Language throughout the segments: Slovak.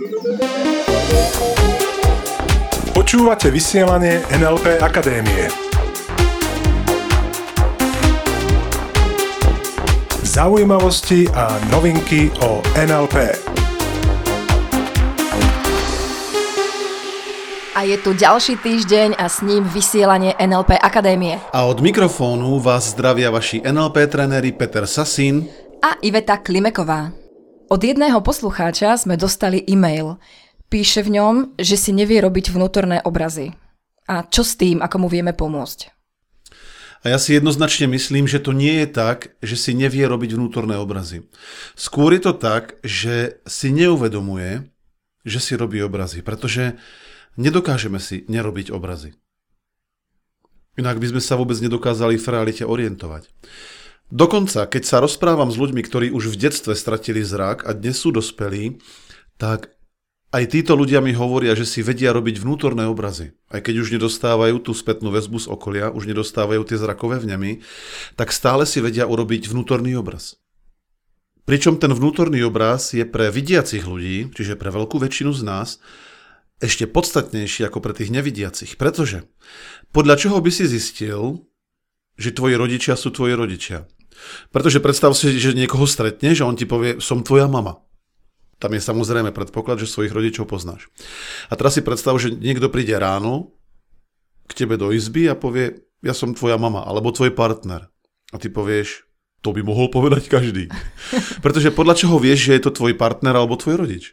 Počúvate vysielanie NLP Akadémie. Zaujímavosti a novinky o NLP. A je tu ďalší týždeň a s ním vysielanie NLP Akadémie. A od mikrofónu vás zdravia vaši NLP tréneri Peter Sasín a Iveta Klimeková. Od jedného poslucháča sme dostali e-mail. Píše v ňom, že si nevie robiť vnútorné obrazy. A čo s tým, ako mu vieme pomôcť? A ja si jednoznačne myslím, že to nie je tak, že si nevie robiť vnútorné obrazy. Skôr je to tak, že si neuvedomuje, že si robí obrazy, pretože nedokážeme si nerobiť obrazy. Inak by sme sa vôbec nedokázali v realite orientovať. Dokonca, keď sa rozprávam s ľuďmi, ktorí už v detstve stratili zrak a dnes sú dospelí, tak aj títo ľudia mi hovoria, že si vedia robiť vnútorné obrazy. Aj keď už nedostávajú tú spätnú väzbu z okolia, už nedostávajú tie zrakové vnemy, tak stále si vedia urobiť vnútorný obraz. Pričom ten vnútorný obraz je pre vidiacich ľudí, čiže pre veľkú väčšinu z nás, ešte podstatnejší ako pre tých nevidiacich. Pretože podľa čoho by si zistil, že tvoji rodičia sú tvoji rodičia? Pretože predstav si, že niekoho stretneš a on ti povie, som tvoja mama. Tam je samozrejme predpoklad, že svojich rodičov poznáš. A teraz si predstav, že niekto príde ráno k tebe do izby a povie, ja som tvoja mama, alebo tvoj partner. A ty povieš, to by mohol povedať každý. Pretože podľa čoho vieš, že je to tvoj partner alebo tvoj rodič?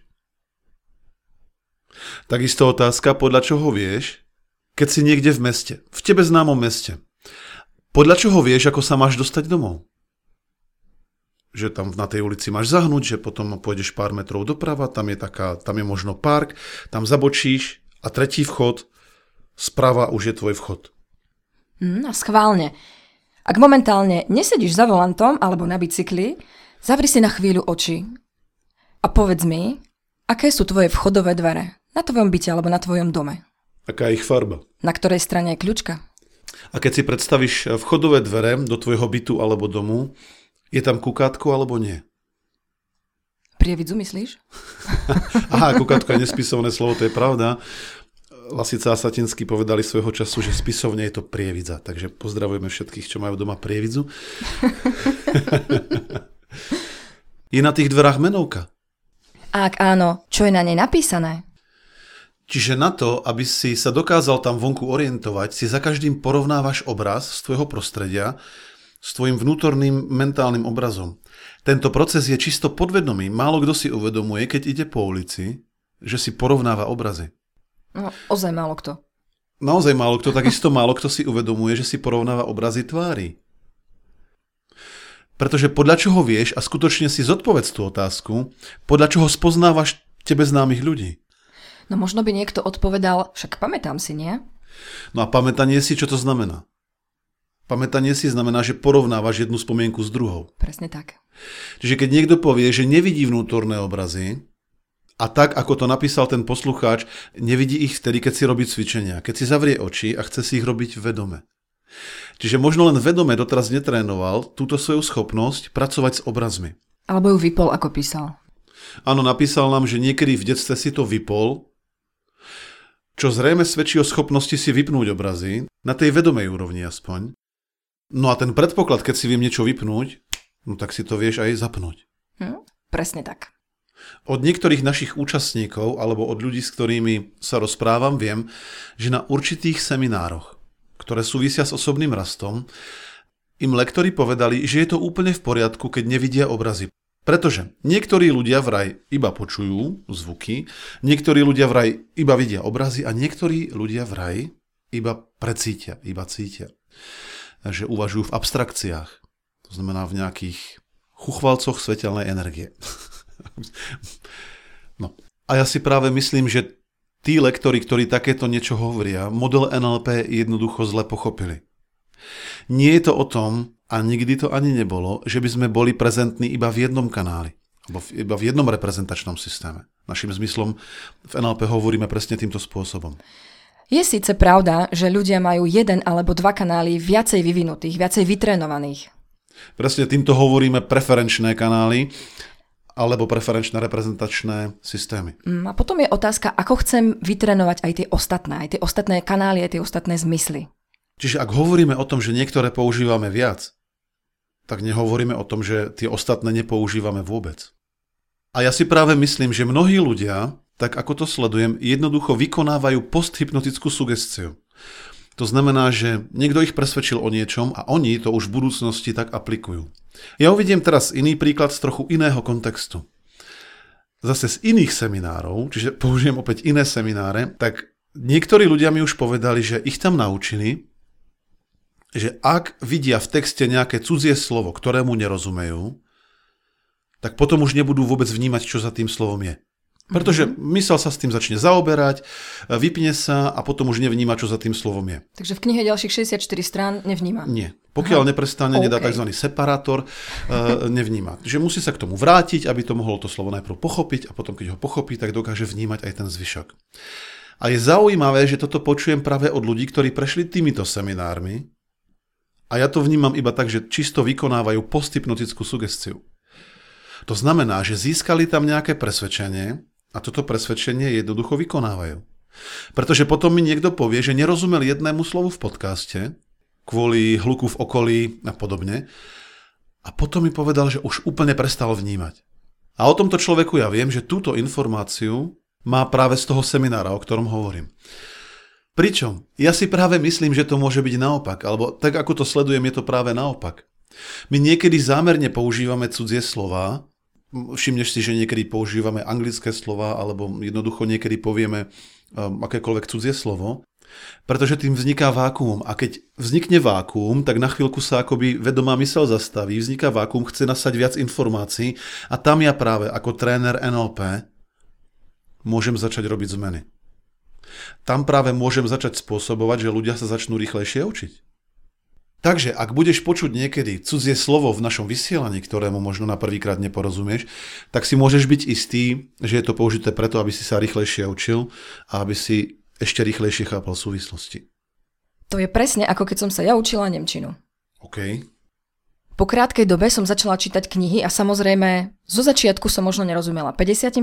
Takisto otázka, podľa čoho vieš, keď si niekde v meste, v tebe známom meste. Podľa čoho vieš, ako sa máš dostať domov? Že tam na tej ulici máš zahnúť, že potom pôjdeš pár metrov doprava, tam je možno park, tam zabočíš a tretí vchod, sprava už je tvoj vchod. A schválne. Ak momentálne nesedíš za volantom alebo na bicykli, zavri si na chvíľu oči a povedz mi, aké sú tvoje vchodové dvere na tvojom byte alebo na tvojom dome. Aká je ich farba? Na ktorej strane je kľúčka? A keď si predstavíš vchodové dvere do tvojho bytu alebo domu, je tam kukátko alebo nie? Prievidzu myslíš? Aha, kukátko je nespisovné slovo, to je pravda. Lasica a Satinsky povedali svojho času, že spisovne je to prievidza. Takže pozdravujeme všetkých, čo majú doma prievidzu. Je na tých dverách menovka? Ak áno, čo je na nej napísané? Čiže na to, aby si sa dokázal tam vonku orientovať, si za každým porovnávaš obraz z tvojho prostredia s tvojim vnútorným mentálnym obrazom. Tento proces je čisto podvedomý. Málo kto si uvedomuje, keď ide po ulici, že si porovnáva obrazy. No, ozaj málo kto. Naozaj málo kto, takisto málo kto si uvedomuje, že si porovnáva obrazy tvári. Pretože podľa čoho vieš, a skutočne si zodpovedz tú otázku, podľa čoho spoznávaš tebe známych ľudí. No možno by niekto odpovedal, však pamätám si, nie? No a pamätanie si, čo to znamená? Pamätanie si znamená, že porovnávaš jednu spomienku s druhou. Presne tak. Čiže keď niekto povie, že nevidí vnútorné obrazy, a tak, ako to napísal ten poslucháč, nevidí ich vtedy, keď si robí cvičenia, keď si zavrie oči a chce si ich robiť vedome. Čiže možno len vedome doteraz netrénoval túto svoju schopnosť pracovať s obrazmi. Alebo ju vypol, ako písal. Áno, napísal nám, že niekedy v detstve si to vypol, čo zrejme svedčí o schopnosti si vypnúť obrazy, na tej vedomej úrovni aspoň. No a ten predpoklad, keď si viem niečo vypnúť, no tak si to vieš aj zapnúť. Presne tak. Od niektorých našich účastníkov alebo od ľudí, s ktorými sa rozprávam, viem, že na určitých seminároch, ktoré súvisia s osobným rastom, im lektori povedali, že je to úplne v poriadku, keď nevidia obrazy. Pretože niektorí ľudia vraj iba počujú zvuky, niektorí ľudia vraj iba vidia obrazy a niektorí ľudia vraj iba precítia, iba cítia. Takže uvažujú v abstrakciách. To znamená v nejakých chuchvalcoch svetelnej energie. No. A ja si práve myslím, že tí lektori, ktorí takéto niečo hovoria, model NLP jednoducho zle pochopili. Nie je to o tom, a nikdy to ani nebolo, že by sme boli prezentní iba v jednom kanáli, alebo iba v jednom reprezentačnom systéme. Naším zmyslom v NLP hovoríme presne týmto spôsobom. Je síce pravda, že ľudia majú jeden alebo dva kanály viacej vyvinutých, viacej vytrénovaných. Presne týmto hovoríme preferenčné kanály alebo preferenčné reprezentačné systémy. A potom je otázka, ako chcem vytrénovať aj tie ostatné kanály, aj tie ostatné zmysly. Čiže ak hovoríme o tom, že niektoré používame viac, tak nehovoríme o tom, že tie ostatné nepoužívame vôbec. A ja si práve myslím, že mnohí ľudia, tak ako to sledujem, jednoducho vykonávajú posthypnotickú sugestiu. To znamená, že niekto ich presvedčil o niečom a oni to už v budúcnosti tak aplikujú. Ja uvidím teraz iný príklad z trochu iného kontextu. Zase z iných seminárov, čiže použijem opäť iné semináre, tak niektorí ľudia mi už povedali, že ich tam naučili, že ak vidia v texte nejaké cudzie slovo, ktorému nerozumejú, tak potom už nebudú vôbec vnímať, čo za tým slovom je. Pretože mysel sa s tým začne zaoberať, vypne sa a potom už nevníma, čo za tým slovom je. Takže v knihe ďalších 64 strán nevníma? Nie. Pokiaľ neprestane, nedá tzv. Separátor, nevníma. Že musí sa k tomu vrátiť, aby to mohlo to slovo najprv pochopiť a potom, keď ho pochopí, tak dokáže vnímať aj ten zvyšok. A je zaujímavé, že toto počujem práve od ľudí, ktorí prešli týmito seminármi a ja to vnímam iba tak, že čisto vykonávajú posthypnotickú sugestiu. To znamená, že získali tam nejaké presvedčenie a toto presvedčenie jednoducho vykonávajú. Pretože potom mi niekto povie, že nerozumel jednému slovu v podcaste, kvôli hluku v okolí a podobne, a potom mi povedal, že už úplne prestal vnímať. A o tomto človeku ja viem, že túto informáciu má práve z toho seminára, o ktorom hovorím. Pričom ja si práve myslím, že to môže byť naopak, alebo tak ako to sledujem, je to práve naopak. My niekedy zámerne používame cudzie slová, všimneš si, že niekedy používame anglické slová alebo jednoducho niekedy povieme akékoľvek cudzie slovo, pretože tým vzniká vákuum. A keď vznikne vákuum, tak na chvíľku sa akoby vedomá myseľ zastaví, vzniká vákuum, chce nasať viac informácií a tam ja práve ako tréner NLP môžem začať robiť zmeny. Tam práve môžem začať spôsobovať, že ľudia sa začnú rýchlejšie učiť. Takže, ak budeš počuť niekedy cudzie slovo v našom vysielaní, ktorému možno na prvýkrát neporozumieš, tak si môžeš byť istý, že je to použité preto, aby si sa rýchlejšie učil a aby si ešte rýchlejšie chápal súvislosti. To je presne ako keď som sa ja učila nemčinu. OK. Po krátkej dobe som začala čítať knihy a samozrejme zo začiatku som možno nerozumela 50%,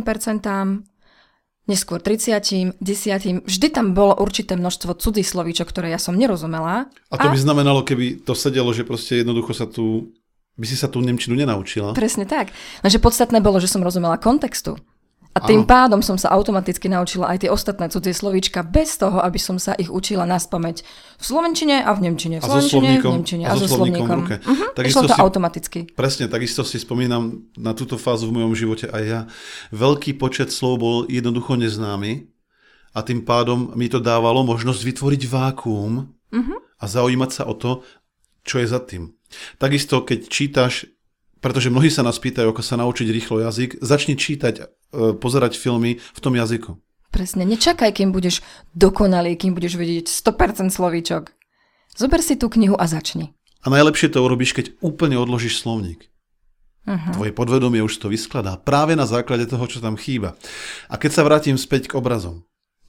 neskôr 30, 10, vždy tam bolo určité množstvo cudzích slovíčok, ktoré ja som nerozumela. A to by znamenalo, keby to sedelo, že proste jednoducho by si sa tú nemčinu nenaučila. Presne tak. Lenže podstatné bolo, že som rozumela kontextu. A tým pádom som sa automaticky naučila aj tie ostatné cudzie slovíčka bez toho, aby som sa ich učila naspamäť v slovenčine a v nemčine. V slovenčine, v nemčine a so slovníkom. Išlo to automaticky. Presne, takisto si spomínam na túto fázu v mojom živote aj ja. Veľký počet slov bol jednoducho neznámy a tým pádom mi to dávalo možnosť vytvoriť vákuum a zaujímať sa o to, čo je za tým. Takisto, keď čítaš, pretože mnohí sa nás pýtajú, ako sa naučiť rýchlo jazyk, začni čítať, pozerať filmy v tom jazyku. Presne, nečakaj, kým budeš dokonalý, kým budeš vedieť 100% slovíčok. Zober si tú knihu a začni. A najlepšie to urobíš, keď úplne odložíš slovník. Tvoje podvedomie už to vyskladá práve na základe toho, čo tam chýba. A keď sa vrátim späť k obrazom.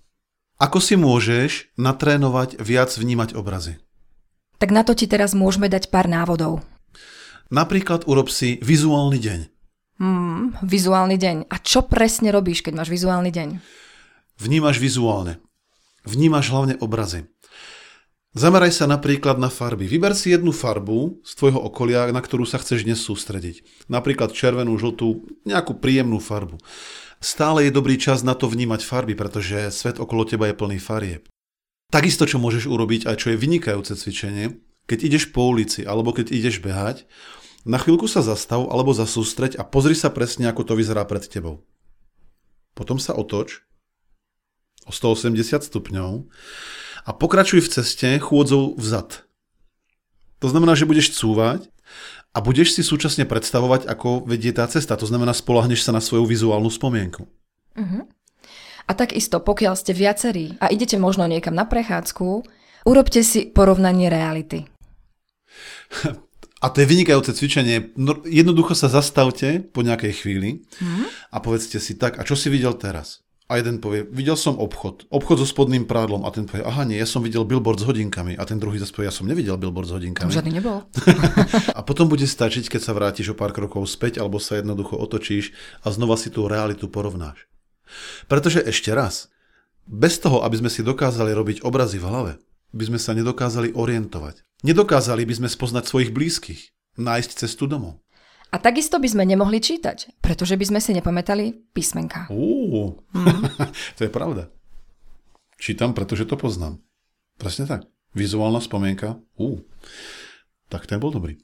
Ako si môžeš natrénovať viac vnímať obrazy? Tak na to ti teraz môžeme dať pár návodov. Napríklad urob si vizuálny deň. Vizuálny deň. A čo presne robíš, keď máš vizuálny deň? Vnímaš vizuálne. Vnímaš hlavne obrazy. Zameraj sa napríklad na farby. Vyber si jednu farbu z tvojho okolia, na ktorú sa chceš dnes sústrediť. Napríklad červenú, žltú, nejakú príjemnú farbu. Stále je dobrý čas na to vnímať farby, pretože svet okolo teba je plný farieb. Takisto, čo môžeš urobiť a čo je vynikajúce cvičenie, keď ideš po ulici alebo keď ideš behať, na chvíľku sa zastav alebo zasústreď a pozri sa presne, ako to vyzerá pred tebou. Potom sa otoč o 180 stupňov a pokračuj v ceste chôdzou vzad. To znamená, že budeš cúvať a budeš si súčasne predstavovať, ako vedie tá cesta. To znamená, spoľahneš sa na svoju vizuálnu spomienku. A takisto, pokiaľ ste viacerí a idete možno niekam na prechádzku, urobte si porovnanie reality. A to je vynikajúce cvičenie. Jednoducho sa zastavte po nejakej chvíli a povedzte si tak, a čo si videl teraz? A jeden povie, videl som obchod so spodným prádlom. A ten povie, aha nie, ja som videl billboard s hodinkami. A ten druhý zase povie, ja som nevidel billboard s hodinkami. Tam žiadny nebol. A potom bude stačiť, keď sa vrátiš o pár krokov späť, alebo sa jednoducho otočíš a znova si tú realitu porovnáš. Pretože ešte raz, bez toho, aby sme si dokázali robiť obrazy v hlave, by sme sa nedokázali orientovať. Nedokázali by sme spoznať svojich blízkych, nájsť cestu domov. A takisto by sme nemohli čítať, pretože by sme si nepamätali písmenka. To je pravda. Čítam, pretože to poznám. Presne tak. Vizuálna spomienka. Tak ten bol dobrý.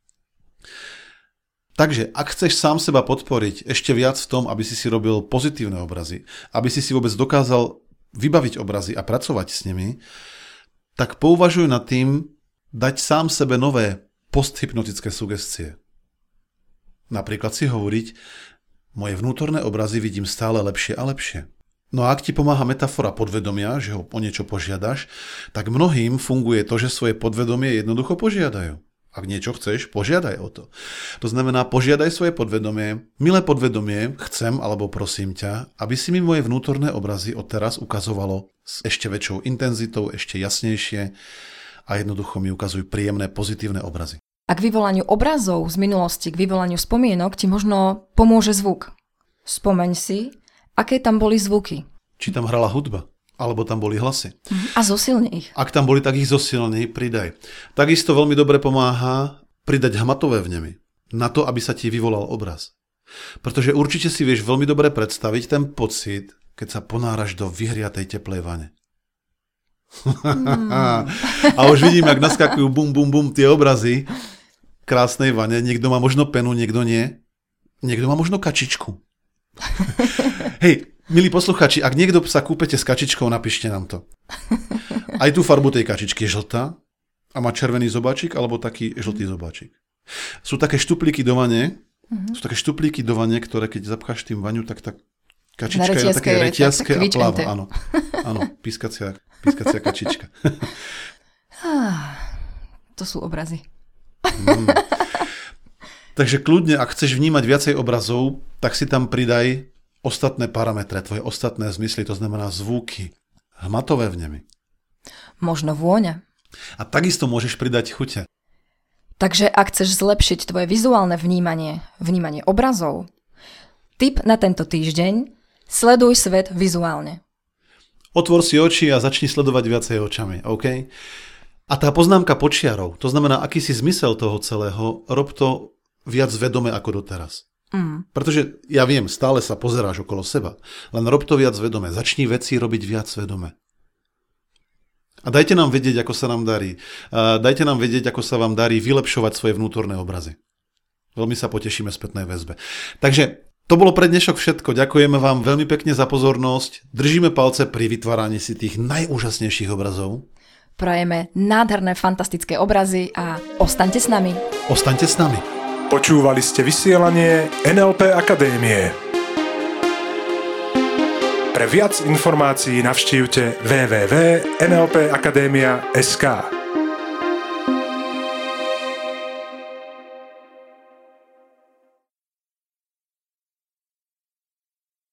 Takže, ak chceš sám seba podporiť ešte viac v tom, aby si robil pozitívne obrazy, aby si vôbec dokázal vybaviť obrazy a pracovať s nimi, tak pouvažuj nad tým dať sám sebe nové posthypnotické sugestie. Napríklad si hovoriť, moje vnútorné obrazy vidím stále lepšie a lepšie. No a ak ti pomáha metafora podvedomia, že ho o niečo požiadaš, tak mnohým funguje to, že svoje podvedomie jednoducho požiadajú. Ak niečo chceš, požiadaj o to. To znamená, požiadaj svoje podvedomie, milé podvedomie, chcem alebo prosím ťa, aby si mi moje vnútorné obrazy odteraz ukazovalo s ešte väčšou intenzitou, ešte jasnejšie a jednoducho mi ukazuj príjemné, pozitívne obrazy. A k vyvolaniu obrazov z minulosti, k vyvolaniu spomienok ti možno pomôže zvuk. Spomeň si, aké tam boli zvuky. Či tam hrala hudba, alebo tam boli hlasy. A zosilni ich. Ak tam boli, tak ich zosilni, pridaj. Takisto veľmi dobre pomáha pridať hmatové vnemy na to, aby sa ti vyvolal obraz. Pretože určite si vieš veľmi dobre predstaviť ten pocit, keď sa ponáraš do vyhriatej teplej vane. A už vidím, jak naskakujú bum, bum, bum tie obrazy krásnej vane. Niekto má možno penu, niekto nie. Niekto má možno kačičku. Hej, milí posluchači, ak niekto sa kúpete s kačičkou, napíšte nám to. Aj tú farbu tej kačičky je žltá a má červený zobáčik alebo taký žltý zobáčik. Sú také štuplíky do vane, ktoré keď zapcháš tým vaňu, tak tá kačička je také reťazské a pláva. Áno, pískacia kačička. To sú obrazy. Takže kľudne, ak chceš vnímať viacej obrazov, tak si tam pridaj ostatné parametre, tvoje ostatné zmysly, to znamená zvuky, hmatové vnemy. Možno vôňa. A takisto môžeš pridať chute. Takže ak chceš zlepšiť tvoje vizuálne vnímanie obrazov, tip na tento týždeň, sleduj svet vizuálne. Otvor si oči a začni sledovať viacej očami, OK? A tá poznámka počiarov, to znamená, aký si zmysel toho celého, rob to viac vedome ako doteraz. Pretože ja viem, stále sa pozeráš okolo seba, len rob to viac vedome. Začni veci robiť viac vedome. A dajte nám vedieť, ako sa nám darí. Dajte nám vedieť, ako sa vám darí vylepšovať svoje vnútorné obrazy. Veľmi sa potešíme spätnej väzbe. Takže to bolo pre dnešok všetko. Ďakujeme vám veľmi pekne za pozornosť. Držíme palce pri vytváraní si tých najúžasnejších obrazov. Prajeme nádherné, fantastické obrazy a ostaňte s nami. Ostaňte s nami. Počúvali ste vysielanie NLP Akadémie. Pre viac informácií navštívte www.nlpakademia.sk.